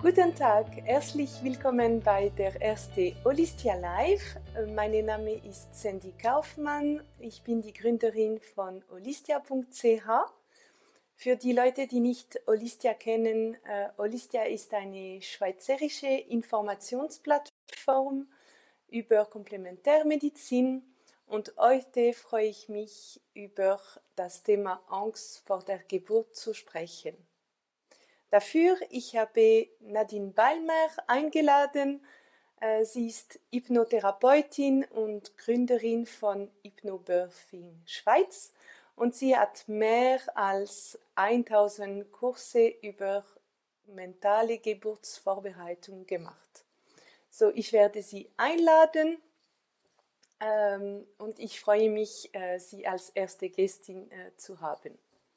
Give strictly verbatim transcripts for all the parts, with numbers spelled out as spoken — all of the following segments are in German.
Guten Tag, herzlich willkommen bei der ersten Holistia Live. Mein Name ist Sandy Kaufmann, ich bin die Gründerin von holistia punkt c h. Für die Leute, die nicht Holistia kennen, äh, Holistia ist eine schweizerische Informationsplattform über Komplementärmedizin und heute freue ich mich, über das Thema Angst vor der Geburt zu sprechen. Dafür ich habe Nadine Ballmer eingeladen. Sie ist Hypnotherapeutin und Gründerin von Hypnobirthing Schweiz und sie hat mehr als tausend Kurse über mentale Geburtsvorbereitung gemacht. So, ich werde sie einladen ähm, und ich freue mich, äh, sie als erste Gästin äh, zu haben.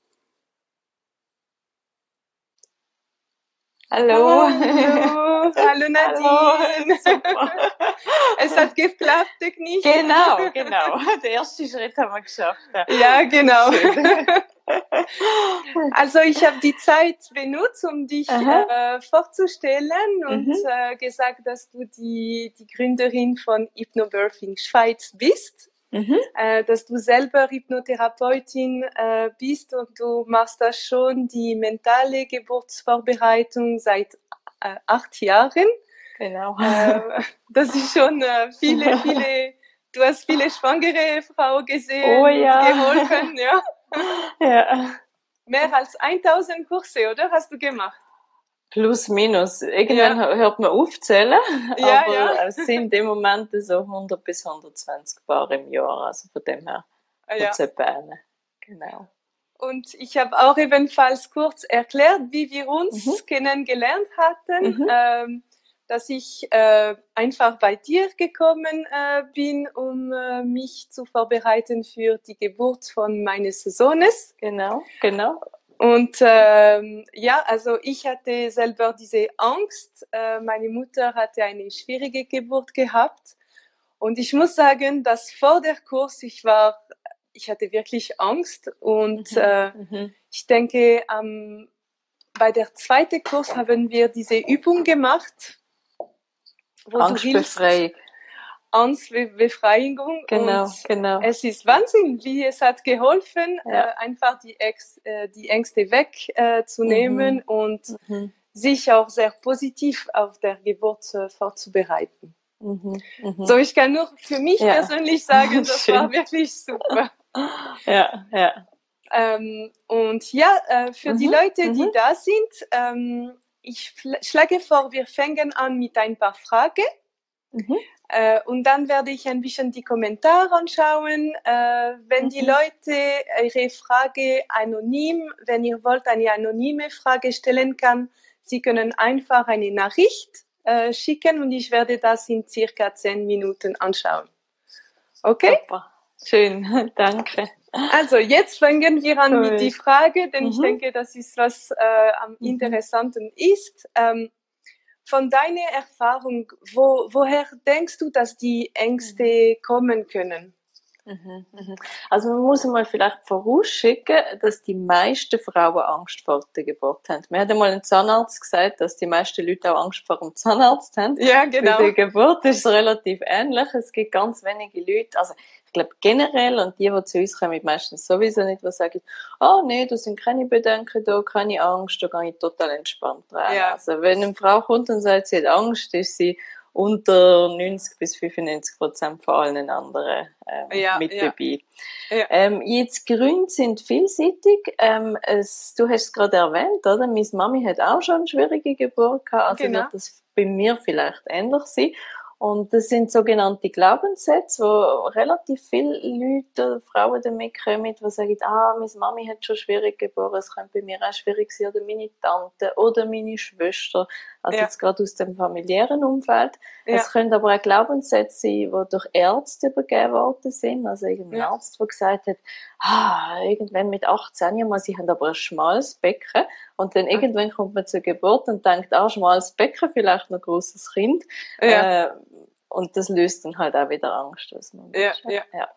Hallo. Hallo, hallo Nadine. Hallo, es hat geklappt, nicht? Genau, genau. Den ersten Schritt haben wir geschafft. Ja, genau. Also ich habe die Zeit benutzt, um dich äh, vorzustellen und mhm. äh, gesagt, dass du die, die Gründerin von Hypnobirthing Schweiz bist. Mhm. Äh, dass du selber Hypnotherapeutin äh, bist und du machst das schon, die mentale Geburtsvorbereitung seit äh, acht Jahren. Genau. Äh, das ist schon äh, viele, viele, du hast viele schwangere Frauen gesehen oh, ja. und geholfen. Ja. Ja. Mehr als tausend Kurse, oder? Hast du gemacht? Plus, minus. Irgendwann ja. hört man aufzählen, ja, aber ja. es sind im Moment so hundert bis hundertzwanzig Paar im Jahr, also von dem her ja. eine. Genau. Und ich habe auch ebenfalls kurz erklärt, wie wir uns mhm. kennengelernt hatten, mhm. ähm, dass ich äh, einfach bei dir gekommen äh, bin, um äh, mich zu vorbereiten für die Geburt von meines Sohnes. Genau, genau. Und ähm, ja, also ich hatte selber diese Angst. Äh, meine Mutter hatte eine schwierige Geburt gehabt. Und ich muss sagen, dass vor der Kurs ich war, ich hatte wirklich Angst. Und mhm, äh, mhm. ich denke, ähm, bei der zweiten Kurs haben wir diese Übung gemacht, wo Angstbefreiung. du hilfst. Angstbefreiung. Genau, und genau. Es ist Wahnsinn, wie es hat geholfen, ja. äh, einfach die, Ex, äh, die Ängste wegzunehmen äh, mhm. und mhm. sich auch sehr positiv auf der Geburt äh, vorzubereiten. Mhm. Mhm. So, ich kann nur für mich ja. persönlich sagen, das war wirklich super. ja, ja. Ähm, und ja, äh, für mhm. die Leute, die mhm. da sind, ähm, ich schlage vor, wir fangen an mit ein paar Fragen. Mhm. Äh, und dann werde ich ein bisschen die Kommentare anschauen. Äh, wenn mhm. die Leute ihre Frage anonym, wenn ihr wollt, eine anonyme Frage stellen kann, Sie können einfach eine Nachricht äh, schicken und ich werde das in circa zehn Minuten anschauen. Okay? Super. Schön, danke. Also jetzt fangen wir an cool. mit die Frage, denn mhm. ich denke, das ist was äh, am mhm. interessanten ist. Ähm, Von deiner Erfahrung, wo, woher denkst du, dass die Ängste kommen können? Also man muss mal vielleicht vorausschicken, dass die meisten Frauen Angst vor der Geburt haben. Mir hat einmal ein Zahnarzt gesagt, dass die meisten Leute auch Angst vor dem Zahnarzt haben. Ja, genau. Bei der Geburt ist es relativ ähnlich. Es gibt ganz wenige Leute, also ich glaube generell, und die, die zu uns kommen, meistens sowieso nicht, die sagen, oh nee, da sind keine Bedenken da, keine Angst, da gehe ich total entspannt rein. Ja. Also wenn eine Frau kommt und sagt, sie hat Angst, ist sie unter neunzig bis fünfundneunzig Prozent von allen anderen ähm, ja, mit ja. dabei. Ja. Ähm, jetzt Gründe sind vielseitig. Ähm, es, du hast es gerade erwähnt, oder? Meine Mami hat auch schon eine schwierige Geburt gehabt, also genau. wird das bei mir vielleicht ähnlich sein. Und das sind sogenannte Glaubenssätze, wo relativ viele Leute, Frauen damit kommen, die sagen, ah, meine Mami hat schon schwierig geboren, es könnte bei mir auch schwierig sein, oder meine Tante oder meine Schwester, also ja. jetzt gerade aus dem familiären Umfeld. Ja. Es können aber auch Glaubenssätze sein, die durch Ärzte übergeben worden sind, also irgendein ja. Arzt, der gesagt hat, ah, irgendwann mit achtzehn Jahren, sie haben aber ein schmales Becken, und dann irgendwann kommt man zur Geburt und denkt, ah, schmales Becken, vielleicht noch ein grosses Kind. Ja. Äh, und das löst dann halt auch wieder Angst aus. Ja, ja. Ja.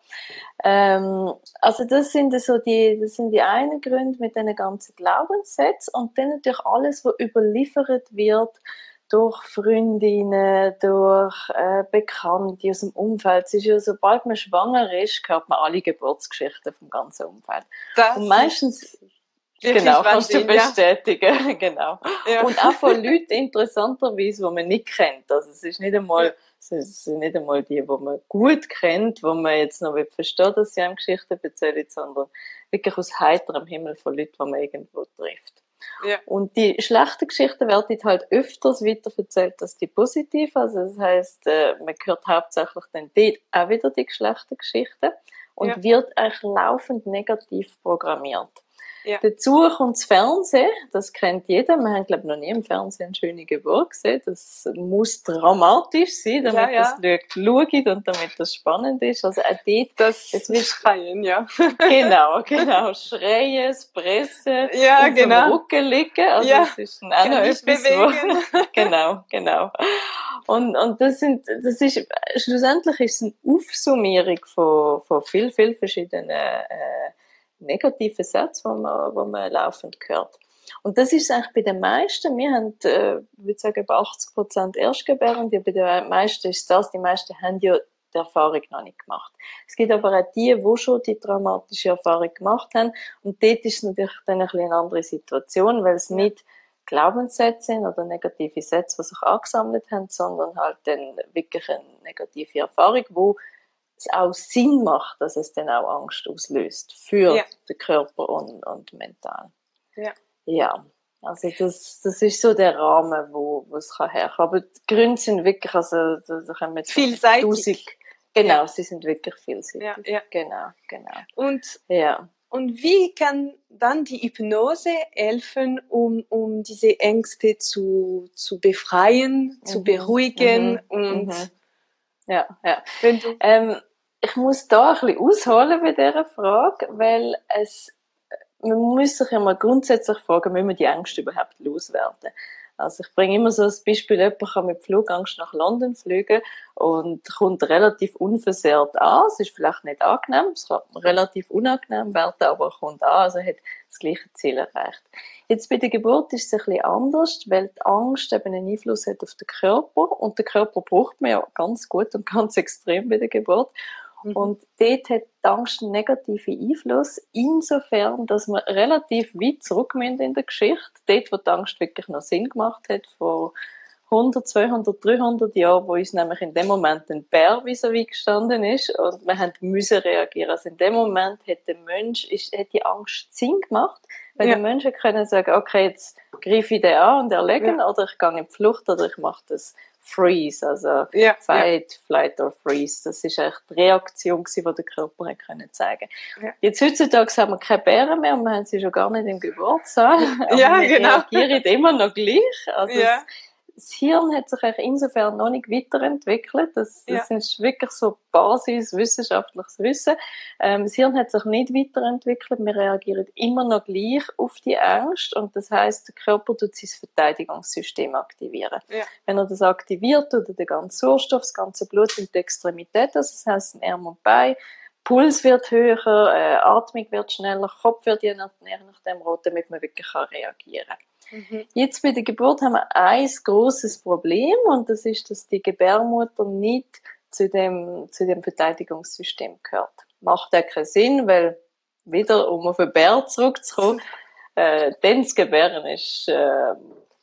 Ähm, also das sind so die, das sind die einen Gründe mit diesen ganzen Glaubenssätzen und dann natürlich alles, was überliefert wird durch Freundinnen, durch äh, Bekannte aus dem Umfeld. Es ist ja, sobald man schwanger ist, hört man alle Geburtsgeschichten vom ganzen Umfeld. Das und meistens Wirklich genau, kannst du Wahnsinn, ja. bestätigen, genau. Ja. Und auch von Leuten interessanterweise, die man nicht kennt. Also es ist nicht einmal, es sind nicht einmal die, die man gut kennt, wo man jetzt noch versteht, dass sie einem Geschichten erzählen, sondern wirklich aus heiterem Himmel von Leuten, die man irgendwo trifft. Ja. Und die schlechten Geschichten werden halt öfters weiterverzählt als die positiven. Also das heisst, man hört hauptsächlich dann dort auch wieder die schlechten Geschichten und Ja. wird eigentlich laufend negativ programmiert. Ja. Dazu kommt das Fernsehen, das kennt jeder. Wir haben, glaube ich, noch nie im Fernsehen eine schöne Geburt gesehen. Das muss dramatisch sein, damit Ja, ja. das schaut und damit das spannend ist. Also auch dort, Das es wird Schreien, ja. Genau, genau. Schreien, Pressen, Ja, auf genau. dem Rücken liegen. Also Ja. es ist auch noch Nicht etwas, bewegen. wo, genau, genau. Und, und das sind, das ist, schlussendlich ist es eine Aufsummierung von, von viel, viel verschiedenen, äh, negativen Sätzen, die man, die man laufend hört. Und das ist eigentlich bei den meisten. Wir haben, äh, ich würde sagen, über achtzig Prozent Erstgebärende. Bei den meisten ist das, die meisten haben ja die Erfahrung noch nicht gemacht. Es gibt aber auch die, die schon die traumatische Erfahrung gemacht haben. Und dort ist es natürlich dann ein bisschen eine andere Situation, weil es Ja. nicht Glaubenssätze sind oder negative Sätze, die sich angesammelt haben, sondern halt dann wirklich eine negative Erfahrung, wo es auch Sinn macht, dass es dann auch Angst auslöst für Ja. den Körper und, und mental. Ja. Ja, also das, das ist so der Rahmen, wo, wo es kann herkommen. Aber die Gründe sind wirklich, also da da können wir jetzt Vielseitig. tausend, genau, Ja. sie sind wirklich vielseitig. Ja, ja. Genau, genau. Und, Ja. und wie kann dann die Hypnose helfen, um, um diese Ängste zu, zu befreien, zu Mhm, beruhigen? mhm, Und mhm. Ja, ja. wenn du Ähm, ich muss da ein bisschen ausholen bei dieser Frage, weil es, man muss sich ja mal grundsätzlich fragen, wie man die Angst überhaupt loswerden. Also ich bringe immer so ein Beispiel, jemand kann mit Flugangst nach London fliegen und kommt relativ unversehrt an. Es ist vielleicht nicht angenehm, es kann relativ unangenehm werden, aber er kommt an, also er hat das gleiche Ziel erreicht. Jetzt bei der Geburt ist es ein bisschen anders, weil die Angst eben einen Einfluss hat auf den Körper und den Körper braucht man ja ganz gut und ganz extrem bei der Geburt. Mhm. Und dort hat die Angst einen negativen Einfluss, insofern, dass wir relativ weit zurück müssen in der Geschichte, dort, wo die Angst wirklich noch Sinn gemacht hat, vor hundert, zweihundert, dreihundert Jahren, wo uns nämlich in dem Moment ein Bär vis-à-vis gestanden ist und wir haben müssen reagieren. Also in dem Moment hat der Mensch, ist, hat die Angst Sinn gemacht, weil Ja. der Mensch hat können sagen, okay, jetzt greife ich den an und erlege ihn, Ja. oder ich gehe in die Flucht, oder ich mache das Freeze, also Ja, Fight, Flight or Freeze. Das ist echt die Reaktion, die der Körper hat können zeigen. Ja. Jetzt heutzutage haben wir keine Bären mehr und wir haben sie schon gar nicht im Geburtssaal. Aber Ja, wir genau. reagieren immer noch gleich. Also Ja. es, das Hirn hat sich insofern noch nicht weiterentwickelt. Das, das Ja. ist wirklich so basiswissenschaftliches Wissen. Ähm, das Hirn hat sich nicht weiterentwickelt. Wir reagieren immer noch gleich auf die Angst. Und das heisst, der Körper tut sein Verteidigungssystem aktivieren. Ja. Wenn er das aktiviert, tut er den ganzen Sauerstoff, das ganze Blut in die Extremität, also das heisst, in Arm und Bein, Puls wird höher, äh, Atmung wird schneller, Kopf wird je nach, je nach dem rot, damit man wirklich reagieren kann. Mhm. Jetzt bei der Geburt haben wir ein grosses Problem und das ist, dass die Gebärmutter nicht zu dem, zu dem Verteidigungssystem gehört. Macht auch keinen Sinn, weil wieder, um auf den Bär zurückzukommen, äh, denn das Gebären ist, äh,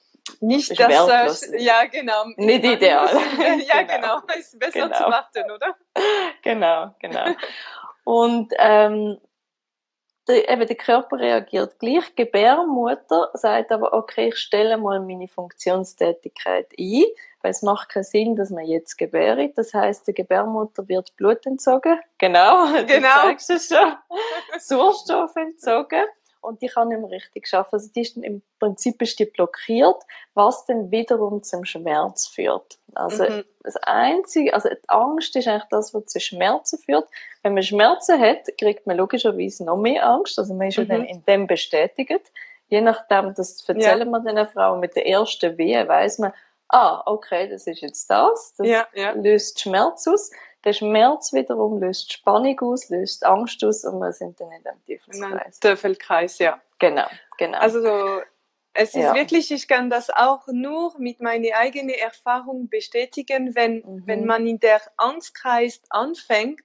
Nicht ist das, wertlos. äh, ja genau. Nicht Man ideal. Muss, ja Genau. genau, ist besser Genau. zu warten, oder? Genau, genau. Und ähm, der, eben der Körper reagiert gleich. Die Gebärmutter sagt aber, okay, ich stelle mal meine Funktionstätigkeit ein, weil es macht keinen Sinn, dass man jetzt gebärt. Das heisst, der Gebärmutter wird Blut entzogen. Genau, Genau. du zeigst es schon. Sauerstoff entzogen. Und die kann nicht mehr richtig arbeiten. Also die ist dann, im Prinzip ist die blockiert, was dann wiederum zum Schmerz führt. Also Mhm. das Einzige, also die Angst ist eigentlich das, was zu Schmerzen führt. Wenn man Schmerzen hat, kriegt man logischerweise noch mehr Angst. Also man ist ja Mhm. dann in dem bestätigt. Je nachdem, das erzählen wir den Frauen mit der ersten Wehe, weiss man, ah, okay, das ist jetzt das, das ja, ja. löst Schmerz aus, der Schmerz wiederum löst Spannung aus, löst Angst aus und wir sind dann in dem Teufelskreis. Teufelskreis, ja. Genau, genau. Also so, es ist ja. wirklich, ich kann das auch nur mit meiner eigenen Erfahrung bestätigen, wenn, Mhm. wenn man in der Angstkreis anfängt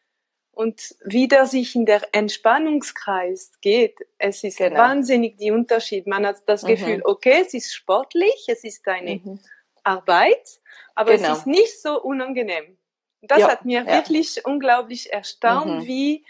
und wieder sich in der Entspannungskreis geht, es ist Genau. wahnsinnig die Unterschied. Man hat das Mhm. Gefühl, okay, es ist sportlich, es ist eine Mhm. Arbeit, aber Genau. es ist nicht so unangenehm. Das Ja, hat mir ja. wirklich unglaublich erstaunt, Mhm. wie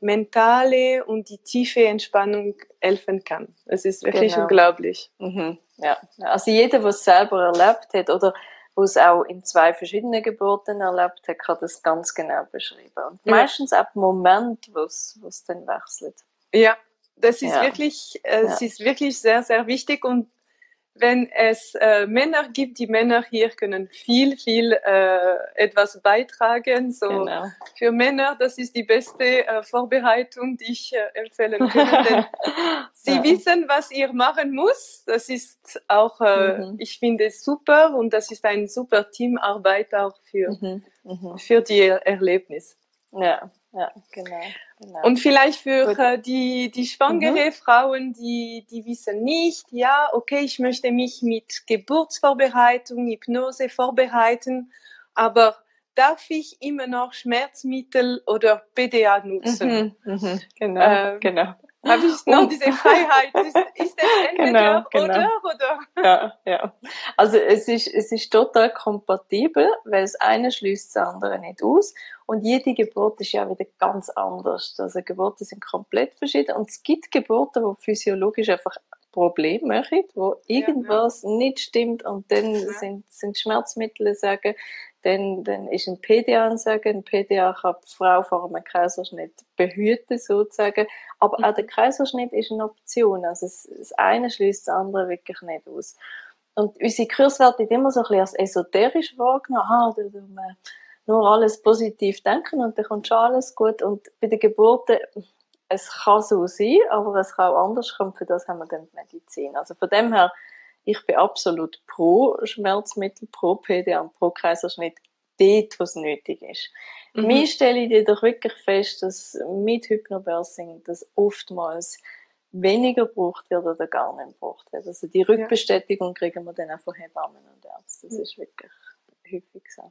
mentale und die tiefe Entspannung helfen kann. Es ist wirklich Genau. unglaublich. Mhm. Ja. Also jeder, der es selber erlebt hat oder wo es auch in zwei verschiedenen Geburten erlebt hat, kann das ganz genau beschreiben. Und Ja. meistens auch der Moment, wo es dann wechselt. Ja, das ist Ja. wirklich, äh, Ja. es ist wirklich sehr, sehr wichtig. Und wenn es äh, Männer gibt, die Männer hier können viel, viel äh, etwas beitragen. So Genau. für Männer, das ist die beste äh, Vorbereitung, die ich äh, empfehlen kann, denn sie Ja. wissen, was ihr machen muss. Das ist auch, äh, Mhm. ich finde es super und das ist eine super Teamarbeit auch für, Mhm. Mhm. für die Erlebnis. Ja, ja, genau. genau. Und vielleicht für Gut. äh, die, die schwangere Mhm. Frauen, die, die wissen nicht, ja, okay, ich möchte mich mit Geburtsvorbereitung, Hypnose vorbereiten, aber darf ich immer noch Schmerzmittel oder P D A nutzen? Mhm. Mhm. Genau, Ähm, genau. Habe ich noch Und diese Freiheit? Ist, ist es entweder genau, genau. oder oder? Ja, ja. Also es ist, es ist total kompatibel, weil das eine schließt das andere nicht aus. Und jede Geburt ist ja wieder ganz anders. Also Geburten sind komplett verschieden. Und es gibt Geburten, die physiologisch einfach Probleme machen, wo irgendwas ja, ja. nicht stimmt und dann ja. sind, sind Schmerzmittel sagen, dann, dann ist ein P D A sagen, ein P D A kann die Frau vor einem Kaiserschnitt behüten sozusagen, aber mhm. auch der Kaiserschnitt ist eine Option, also das, das eine schließt das andere wirklich nicht aus. Und unsere Kurswerte sind immer so ein bisschen als esoterisch wahrgenommen, aha, da tun wir nur alles positiv denken und dann kommt schon alles gut. Und bei der Geburt, es kann so sein, aber es kann auch anders kommen, für das haben wir dann die Medizin. Also von dem her, ich bin absolut pro Schmerzmittel, pro P D A und pro Kaiserschnitt, dort, wo es nötig ist. Mhm. Mir stelle ich jedoch wirklich fest, dass mit Hypnobirthing das oftmals weniger gebraucht wird oder gar nicht gebraucht wird. Also die Rückbestätigung kriegen wir dann auch von Hebammen und Ärzten. Das ist wirklich häufig so.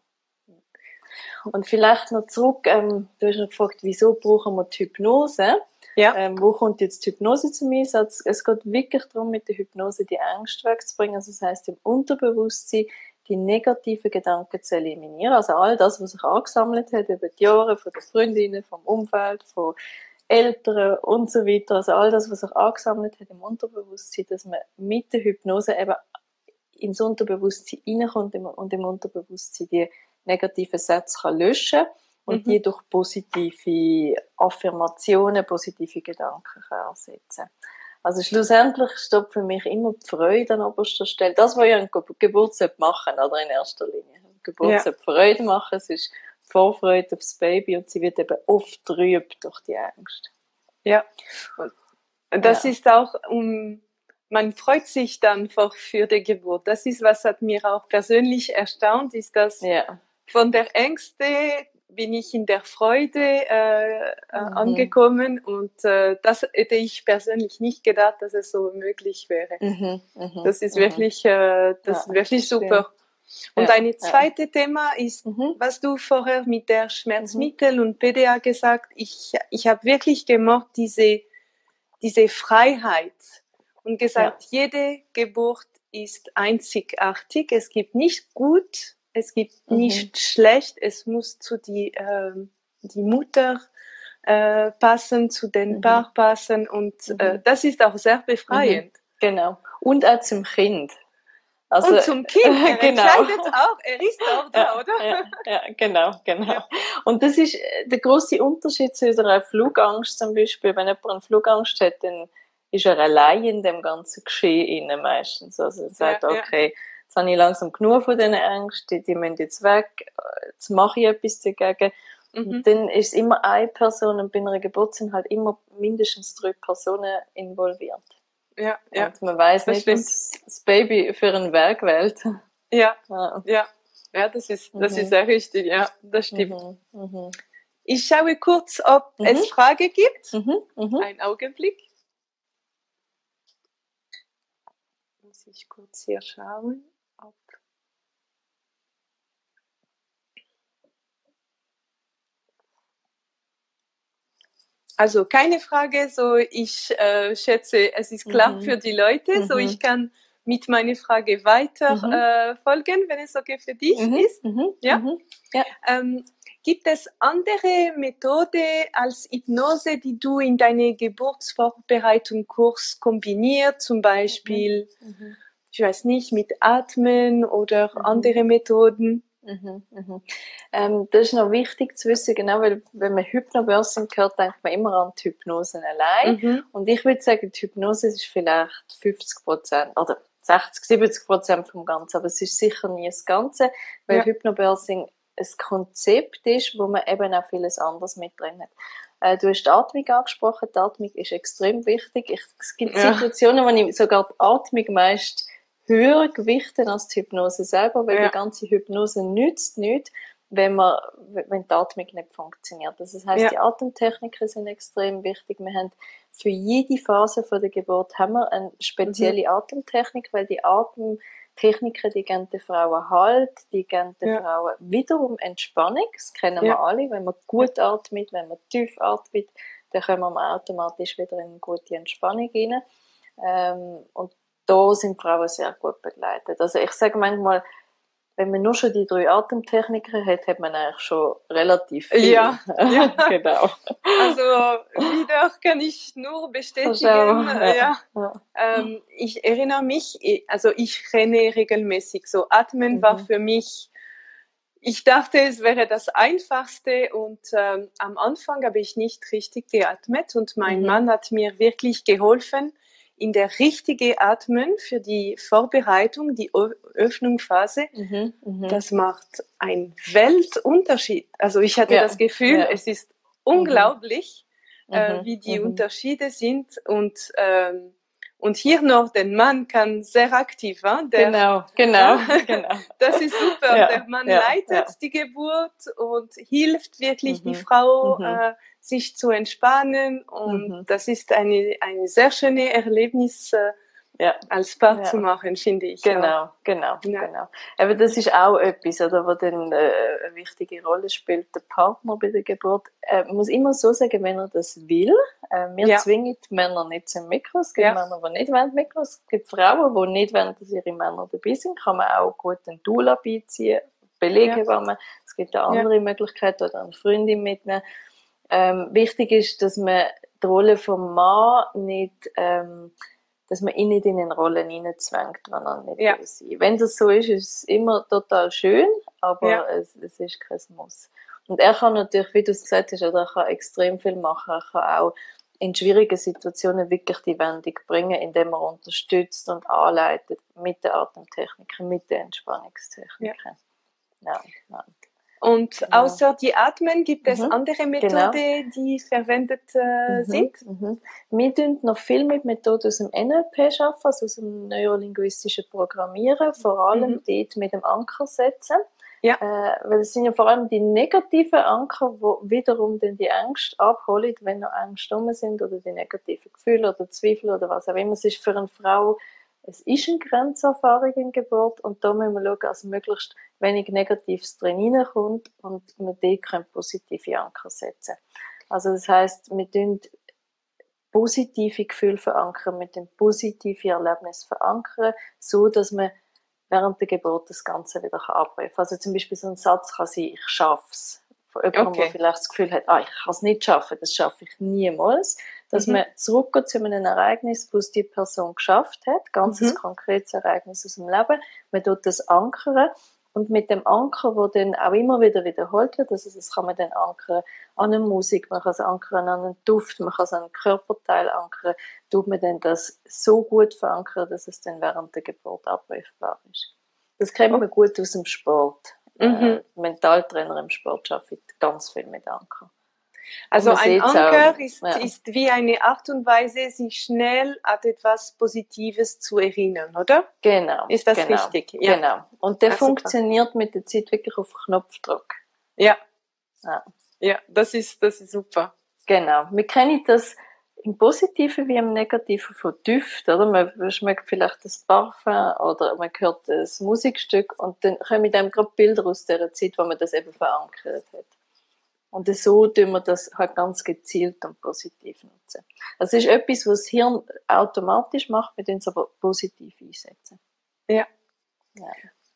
Und vielleicht noch zurück, ähm, du hast noch gefragt, wieso brauchen wir die Hypnose? Ja. Ähm, wo kommt jetzt die Hypnose zum Einsatz? Es geht wirklich darum, mit der Hypnose die Ängste wegzubringen. Also das heisst, im Unterbewusstsein die negativen Gedanken zu eliminieren. Also all das, was sich angesammelt hat über die Jahre, von den Freundinnen, vom Umfeld, von Eltern und so weiter. Also all das, was sich angesammelt hat im Unterbewusstsein, dass man mit der Hypnose eben ins Unterbewusstsein reinkommt und im Unterbewusstsein die negative Sätze kann löschen und mhm. die durch positive Affirmationen, positive Gedanken kann ersetzen. Also schlussendlich steht für mich immer die Freude an oberster Stelle. Das, was ja eine Geburt machen sollte, oder in erster Linie. Eine Geburt ja. sollte Freude machen, es ist Vorfreude aufs Baby und sie wird eben oft trüb durch die Angst. Ja, und das ja. ist auch, um, man freut sich dann für die Geburt. Das ist, was hat mir auch persönlich erstaunt, ist, dass ja. von der Ängste bin ich in der Freude äh, mhm. angekommen und äh, das hätte ich persönlich nicht gedacht, dass es so möglich wäre. Mhm. Mhm. Das ist mhm. wirklich, äh, das ja, ist wirklich super. Und ja, ein zweites ja. Thema ist, mhm. was du vorher mit der Schmerzmittel mhm. und P D A gesagt, ich, ich habe wirklich gemocht, diese, diese Freiheit und gesagt, ja. jede Geburt ist einzigartig, es gibt nicht gut, es gibt mhm. nicht schlecht, es muss zu die, äh, die Mutter äh, passen, zu den mhm. Paar passen und mhm. äh, das ist auch sehr befreiend. Mhm. Genau. Und auch zum Kind. Also, und zum Kind, er genau. entscheidet auch, er ist auch da, ja, oder? Ja, ja, genau, genau. Ja. Und das ist der grosse Unterschied zu unserer Flugangst zum Beispiel. Wenn jemand eine Flugangst hat, dann ist er allein in dem ganzen Geschehen innen meistens. Also er sagt, ja, okay, ja. jetzt habe ich langsam genug von diesen Ängsten, die, die müssen jetzt weg, jetzt mache ich etwas dagegen. Mhm. Und dann ist es immer eine Person und bei einer Geburt sind halt immer mindestens drei Personen involviert. Ja, ja. Und man weiss nicht, was das Baby für einen Weg wählt. Ja, Ja, ja, ja, das ist, das mhm. ist sehr richtig, ja, das stimmt. Mhm. Mhm. Ich schaue kurz, ob Mhm. es Fragen gibt. Mhm. Mhm. Ein Augenblick. Muss ich kurz hier schauen, ob... Also keine Frage, so ich äh, schätze, es ist klar Mhm. für die Leute, so Mhm. ich kann mit meiner Frage weiter Mhm. äh, folgen, wenn es okay für dich Mhm. ist. Mhm. Ja? Mhm. Ja. Ähm, gibt es andere Methode als Hypnose, die du in deine Geburtsvorbereitung Kurs kombiniert, zum Beispiel, Mhm. ich weiß nicht, mit Atmen oder Mhm. andere Methoden? Mhm, mhm. Ähm, das ist noch wichtig zu wissen, genau, weil wenn man Hypnobirthing hört, denkt man immer an die Hypnose allein. Mhm. Und ich würde sagen, die Hypnose ist vielleicht fünfzig Prozent oder sechzig, siebzig Prozent vom Ganzen, aber es ist sicher nie das Ganze, weil Ja. Hypnobirthing ein Konzept ist, wo man eben auch vieles anderes mit drin hat. Äh, du hast die Atmung angesprochen, die Atmung ist extrem wichtig. Ich, es gibt Ja. Situationen, wo ich sogar die Atmung meist höher gewichten als die Hypnose selber, weil Ja. die ganze Hypnose nützt nichts, wenn, man, wenn die Atmung nicht funktioniert. Also das heisst, Ja. die Atemtechniken sind extrem wichtig. Wir haben für jede Phase von der Geburt haben wir eine spezielle Mhm. Atemtechnik, weil die Atemtechniken, die geben den Frauen Halt, die geben den Ja. Frauen wiederum Entspannung. Das kennen Ja. wir alle. Wenn man gut atmet, wenn man tief atmet, dann kommen wir automatisch wieder in eine gute Entspannung rein. Ähm, und da sind Frauen sehr gut begleitet. Also ich sage manchmal, wenn man nur schon die drei Atemtechniken hat, hat man eigentlich schon relativ viel. Ja, ja. Genau. Also wieder kann ich nur bestätigen. Ja. Ja. Ja. Ähm, ich erinnere mich, also ich renne regelmäßig. So Atmen war Mhm. für mich, ich dachte, es wäre das Einfachste und ähm, am Anfang habe ich nicht richtig geatmet und mein Mhm. Mann hat mir wirklich geholfen, in der richtigen Atmen für die Vorbereitung, die Ö- Öffnungsphase. Mhm. Mhm. Das macht einen Weltunterschied. Also ich hatte Ja. das Gefühl, Ja. es ist unglaublich, äh, Mhm. wie die Mhm. Unterschiede sind. Und, ähm, und hier noch, der Mann kann sehr aktiv, hein? Der, Genau, genau, äh, genau. das ist super. Ja. Der Mann Ja. leitet Ja. die Geburt und hilft wirklich die Mhm. Frau, Mhm. äh, sich zu entspannen. Und Mhm. das ist eine, eine sehr schöne Erlebnis, äh, Ja. als Paar Ja. zu machen, finde ich. Genau, Auch. genau, Ja. genau. Aber das ist auch etwas, oder, was dann äh, eine wichtige Rolle spielt, der Partner bei der Geburt. Äh, man muss immer so sagen, wenn er das will. Äh, wir Ja. zwingen die Männer nicht zum Mikro. Es gibt Ja. Männer, die nicht wollen Mikro. Es gibt Frauen, die nicht wollen, dass ihre Männer dabei sind. Kann man auch gut einen Doula beiziehen, Beleghebamme. Es gibt auch Ja. andere Möglichkeiten oder eine Freundin mitnehmen. Ähm, wichtig ist, dass man die Rolle vom Mann nicht ähm, dass man ihn nicht in eine Rolle hineinzwängt, wenn er nicht Ja. will sein. Wenn das so ist, ist es immer total schön, aber Ja. es, es ist kein Muss. Und er kann natürlich, wie du es gesagt hast, oder er kann extrem viel machen. Er kann auch in schwierigen Situationen wirklich die Wendung bringen, indem er unterstützt und anleitet mit den Atemtechniken, mit den Entspannungstechniken. Ja. Ja. Und Genau. außer die Atmen gibt es Mhm. andere Genau. Methoden, die verwendet äh, Mhm. sind? Mhm. Wir arbeiten noch viel mit Methoden aus dem N L P, also aus dem neurolinguistischen Programmieren, vor allem Mhm. dort mit dem Anker setzen. Ja. Äh, weil es sind ja vor allem die negativen Anker, die wiederum dann die Ängste abholen, wenn noch Ängste rum sind oder die negativen Gefühle oder Zweifel oder was auch immer. Es ist für eine Frau, es ist eine Grenzerfahrung in Geburt und da müssen wir schauen, dass möglichst wenig Negatives drin reinkommt und wir dort positive Anker setzen können. Also das heisst, wir tun positive Gefühle verankern, mit dem positiven Erlebnis verankern, so dass man während der Geburt das Ganze wieder abrufen kann. Also zum Beispiel so ein Satz kann sein, ich schaff's. Von jemandem, Okay. der vielleicht das Gefühl hat, ah, ich kann es nicht schaffen, das schaffe ich niemals. Dass Mhm. man zurückgeht zu einem Ereignis, wo es die Person geschafft hat, ganz Mhm. ein konkretes Ereignis aus dem Leben. Man tut das ankern. Und mit dem Anker, der dann auch immer wieder wiederholt wird, also das kann man dann ankern an eine Musik, man kann es ankern an einen Duft, man kann es an einen Körperteil ankern, tut man dann das so gut verankern, dass es dann während der Geburt abrufbar ist. Das kennt man gut aus dem Sport. Mhm. Äh, Mentaltrainer im Sport arbeitet ganz viel mit Anker. Also man ein sieht's Anker auch, ist, ja. ist wie eine Art und Weise, sich schnell an etwas Positives zu erinnern, oder? Genau, Ist das genau, richtig? Ja. genau. Und der Ah, super. funktioniert mit der Zeit wirklich auf Knopfdruck. Ja, Ja, ja, das ist, das ist super. genau. Wir kennen das im Positiven wie im Negativen von Düften, oder? Man schmeckt vielleicht das Parfum oder man hört das Musikstück und dann kommen dann gerade Bilder aus der Zeit, wo man das eben verankert hat. Und so tun wir das halt ganz gezielt und positiv nutzen. Das ist etwas, was das Hirn automatisch macht, wir uns aber positiv einsetzen. Ja. Ja.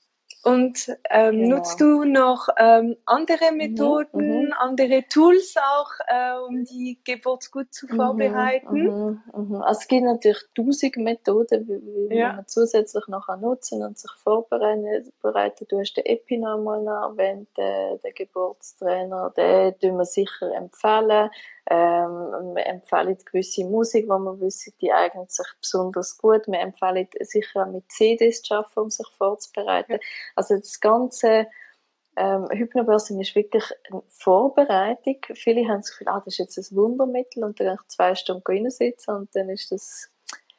Und ähm, Genau. nutzt du noch ähm, andere Mhm, Methoden, mhm. andere Tools auch, äh, um die Geburt gut zu vorbereiten? Mhm, mhm, mhm. Also es gibt natürlich tausend Methoden, wie, wie Ja. man zusätzlich noch nutzen und sich vorbereiten. Du hast den Epinor mal erwähnt, den, den Geburtstrainer, den tun wir sicher empfehlen. Ähm, wir empfehlen gewisse Musik, wo wir wissen, die eignet sich besonders gut. Wir empfehlen sicher mit C Ds zu arbeiten, um sich vorzubereiten. Ja. Also das ganze Ähm, Hypnobirthing ist wirklich eine Vorbereitung. Viele haben das Gefühl, ah, das ist jetzt ein Wundermittel und dann kann ich zwei Stunden reinsitzen und dann ist das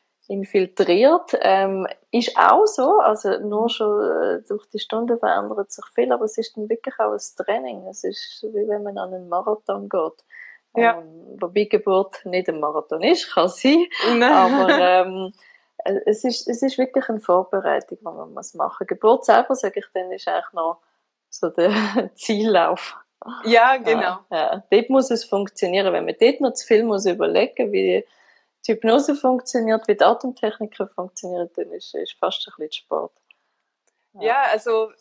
infiltriert. Ähm, ist auch so, also nur schon äh, durch die Stunde verändert sich viel, aber es ist dann wirklich auch ein Training. Es ist wie wenn man an einen Marathon geht. Ja. Ähm, wobei Geburt nicht ein Marathon ist, kann sein, aber ähm, es ist, es ist wirklich eine Vorbereitung, die man muss machen. Geburt selber, sage ich dann, ist eigentlich noch so der Ziellauf. Ja, genau. Ja, ja. Dort muss es funktionieren. Wenn man dort noch zu viel muss überlegen, wie die Hypnose funktioniert, wie die Atemtechniken funktionieren, dann ist es fast ein bisschen Sport. Ja. Ja, also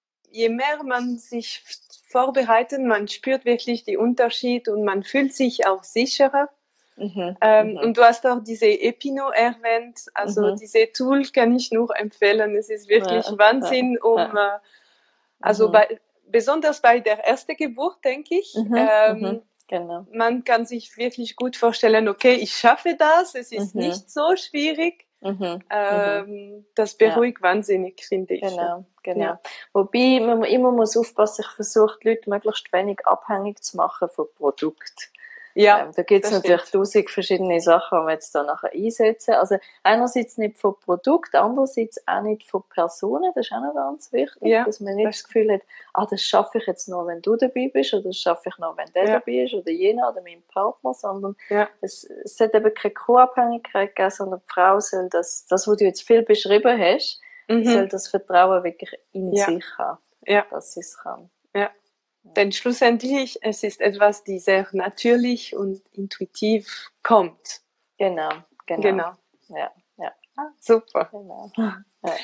je mehr man sich vorbereitet, man spürt wirklich den Unterschied und man fühlt sich auch sicherer. Mhm, ähm, mhm. Und du hast auch diese Epinor erwähnt, also Mhm. diese Tool kann ich nur empfehlen. Es ist wirklich Ja, Wahnsinn, ja, um, ja. äh, also Mhm. bei, besonders bei der ersten Geburt, denke ich, Mhm, ähm, mhm, genau. man kann sich wirklich gut vorstellen, okay, ich schaffe das, es ist Mhm. nicht so schwierig. Mhm, Ähm, mhm. Das beruhigt ja. wahnsinnig, finde ich. Genau, genau. Ja. Wobei man immer muss aufpassen, ich versuche die Leute möglichst wenig abhängig zu machen von Produkten. Ja, ähm, da gibt es natürlich stimmt. tausend verschiedene Sachen, die wir jetzt da nachher einsetzen. Also einerseits nicht von Produkt, andererseits auch nicht von Personen, das ist auch noch ganz wichtig, Ja, dass man nicht das das Gefühl hat, ah, das schaffe ich jetzt nur, wenn du dabei bist, oder das schaffe ich nur, wenn der ja. dabei ist, oder jener, oder mein Partner, sondern ja. es, es sollte eben keine Co-Abhängigkeit geben, sondern die Frau soll das, das, was du jetzt viel beschrieben hast, Mhm. soll das Vertrauen wirklich in ja. sich haben, ja. dass sie es kann. Ja. Denn schlussendlich, es ist etwas, die sehr natürlich und intuitiv kommt. Genau, genau. Genau. Ja, ja. Ah, super. Genau. Ja.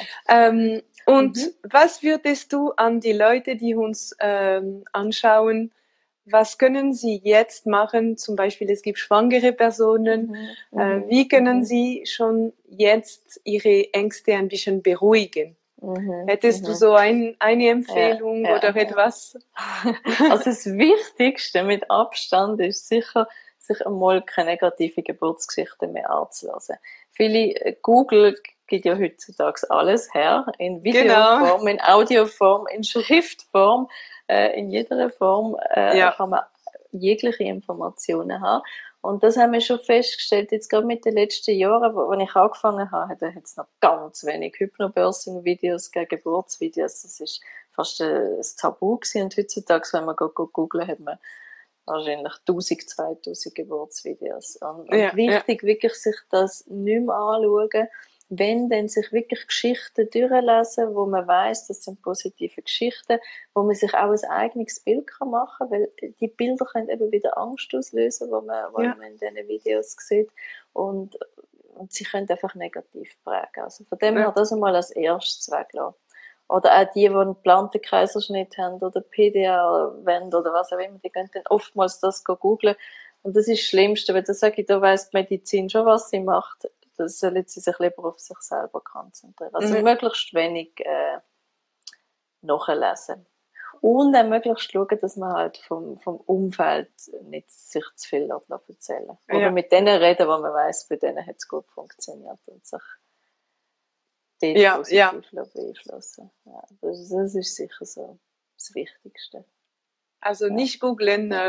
Ähm, und Mhm. was würdest du an die Leute, die uns ähm, anschauen, was können sie jetzt machen? Zum Beispiel, es gibt schwangere Personen. Mhm. Äh, Mhm. wie können mhm. sie schon jetzt ihre Ängste ein bisschen beruhigen? Mhm. Hättest Mhm. du so ein, eine Empfehlung ja, ja, oder ja. etwas? Also das Wichtigste mit Abstand ist sicher, sich einmal keine negative Geburtsgeschichten mehr anzulassen. Viele, äh, Google gibt ja heutzutage alles her, in Videoform, genau. in Audioform, in Schriftform, äh, in jeder Form äh, Ja. kann man jegliche Informationen haben. Und das haben wir schon festgestellt, jetzt gerade mit den letzten Jahren, wo, wo ich angefangen habe, da hat es noch ganz wenig Hypnobirthing-Videos gegen Geburtsvideos. Das ist fast ein Tabu gewesen. Und heutzutage, wenn man googelt, hat man wahrscheinlich tausend, zweitausend Geburtsvideos. Und, und Ja, wichtig, ja. wirklich sich das nicht mehr anschauen, wenn dann sich wirklich Geschichten durchlesen, wo man weiss, das sind positive Geschichten, wo man sich auch ein eigenes Bild machen kann, weil die Bilder können eben wieder Angst auslösen, wo man, wo ja. man in diesen Videos sieht. Und, und sie können einfach negativ prägen. Also von dem her, das einmal als erstes weglassen. Oder auch die, die einen geplanten Kaiserschnitt haben oder P D A wollen oder was auch immer, die können dann oftmals das googeln. Und das ist das Schlimmste, weil da sage ich, da weiss die Medizin schon, was sie macht. Da sollen sie sich lieber auf sich selber konzentrieren. Also mhm. möglichst wenig äh, nachlesen. Und dann möglichst schauen, dass man halt vom, vom Umfeld nicht sich zu viel erzählen. Oder ja. mit denen reden, wo man weiss, bei denen hat es gut funktioniert und sich dort ja, positiv ja. beeinflussen. Ja, das, das ist sicher so das Wichtigste. Also nicht googlen, äh,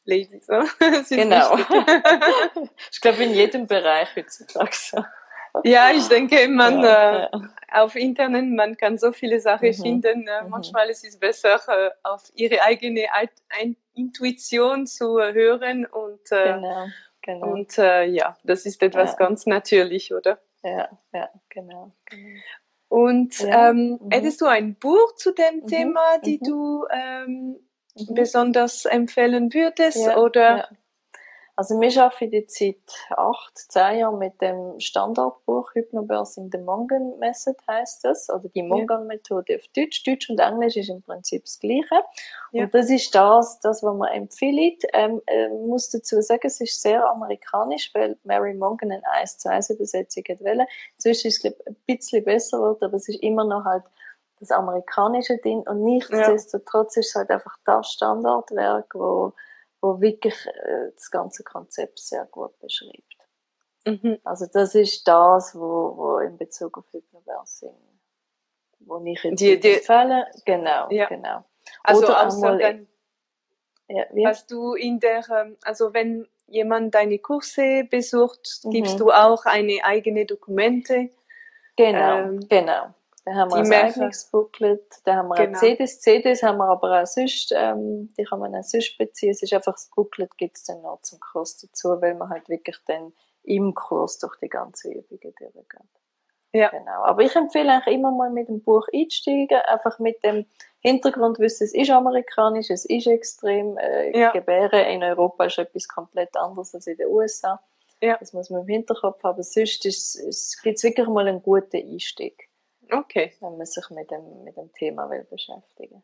Ladies. So. Das ist Genau. wichtig. Ich glaube, in jedem Bereich heutzutage so. Ja, ich denke, man Ja, äh, ja. auf Internet, man kann so viele Sachen Mhm. finden. Äh, Mhm. manchmal ist es besser, äh, auf ihre eigene Alt- Ein- Intuition zu äh, hören und, äh, Genau, genau. und äh, ja, das ist etwas Ja. ganz natürlich, oder? Ja, ja, genau. genau. Und Ja. ähm, Mhm. hättest du ein Buch zu dem Mhm. Thema, die Mhm. du ähm, Mhm. besonders empfehlen würdest? Ja, Oder? ja. Also wir arbeiten die Zeit acht, zehn Jahre mit dem Standardbuch Hypnobirthing the Mongan Method heisst das, oder die Mongan-Methode auf Deutsch. Deutsch und Englisch ist im Prinzip das Gleiche. Ja. Und das ist das, das was man empfiehlt. Ähm, äh, muss dazu sagen, es ist sehr amerikanisch, weil Mary Mongan eine eins zu eins Übersetzung hat wollen. Inzwischen ist es, glaube ich, ein bisschen besser geworden, aber es ist immer noch halt das amerikanische Ding. Und nichtsdestotrotz ist es halt einfach das Standardwerk, wo wo wirklich äh, das ganze Konzept sehr gut beschreibt. Mhm. Also das ist das, wo, wo in Bezug auf Hypnobirthing, wo ich jetzt Die- die- empfehle. Genau, Ja. genau. Also Oder außer einmal, dann, ja, wie? was du in der, ähm, also wenn jemand deine Kurse besucht, Mhm. gibst du auch eine eigene Dokumente. Genau, ähm, genau. Da haben wir die ein mehr- eigenes Booklet, da haben wir Genau. auch C Ds. C Ds haben wir aber auch sonst, ähm, die kann man auch sonst beziehen. Es ist einfach, das Booklet gibt es dann noch zum Kurs dazu, weil man halt wirklich dann im Kurs durch die ganze Übungen durchgeht. Ja. Genau. Aber ich empfehle eigentlich immer mal mit dem Buch einsteigen, einfach mit dem Hintergrund wissen, es ist amerikanisch, es ist extrem, äh, Ja. Gebären in Europa ist etwas komplett anderes als in den U S A. Ja. Das muss man im Hinterkopf haben. Sonst ist, ist, gibt es wirklich mal einen guten Einstieg, Okay. wenn man sich mit dem, mit dem Thema will beschäftigen.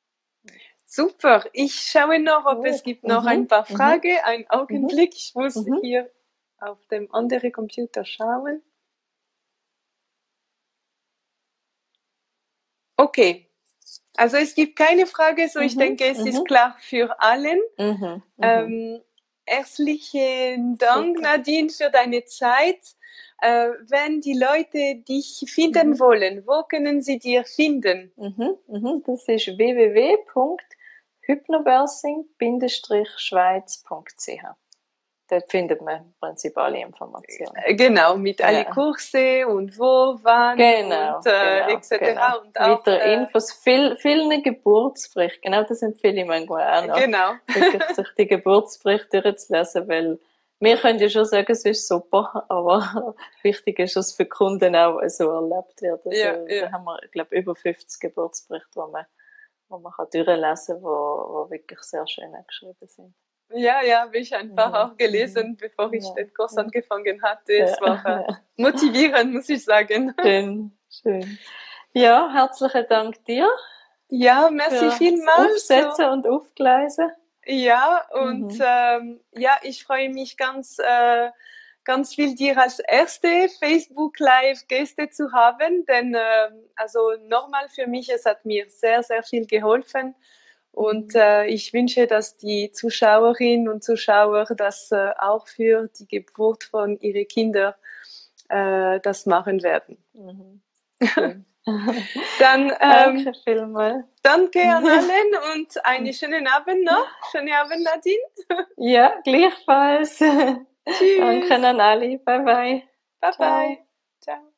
Super. Ich schaue noch, ob Gut. es gibt noch Mhm. ein paar Mhm. Fragen. Einen Augenblick. Ich muss Mhm. hier auf dem anderen Computer schauen. Okay. Also es gibt keine Frage, so ich Mhm. denke, es Mhm. ist klar für allen. Mhm. Mhm. Ähm, herzlichen Dank, Super. Nadine, für deine Zeit. Äh, wenn die Leute dich finden Mhm. wollen, wo können sie dir finden? Mhm. Mhm. Das ist w w w punkt hypnobirthing schweiz punkt c h. Dort findet man im Prinzip alle Informationen. Äh, Genau, mit Ja. alle Kurse und wo, wann Genau, und äh, genau, et cetera. genau. Und auch, Weitere äh, Infos, viel, viele Geburtsberichte, genau das empfehle ich manchmal auch noch. Genau. Wirklich sich die Geburtsberichte durchzulesen, weil wir können ja schon sagen, es ist super, aber wichtig ist, dass es für die Kunden auch so erlebt wird. Also, Ja, ja. da haben wir, ich glaube, über fünfzig Geburtsberichte, die man, wo man kann durchlesen kann, wo, wo wirklich sehr schön geschrieben sind. Ja, ja, habe ich einfach Mhm. auch gelesen, bevor ich Ja, den Kurs ja. angefangen hatte. Es Ja, war äh, ja. motivierend, muss ich sagen. Schön, schön. Ja, herzlichen Dank dir Ja, merci für vielmals. Aufsetzen und Aufgleisen. Ja, und Mhm. ähm, ja, ich freue mich ganz, äh, ganz viel, dir als erste Facebook Live Gäste zu haben, denn ähm, also nochmal für mich, es hat mir sehr, sehr viel geholfen. Und äh, ich wünsche, dass die Zuschauerinnen und Zuschauer das äh, auch für die Geburt von ihren Kindern äh, das machen werden. Mhm. Schön. Dann ähm, Danke vielmals. danke an allen und einen schönen Abend noch. Schönen Abend, Nadine. Ja, gleichfalls. Tschüss. Danke an alle. Bye bye. Bye Ciao. bye. Ciao.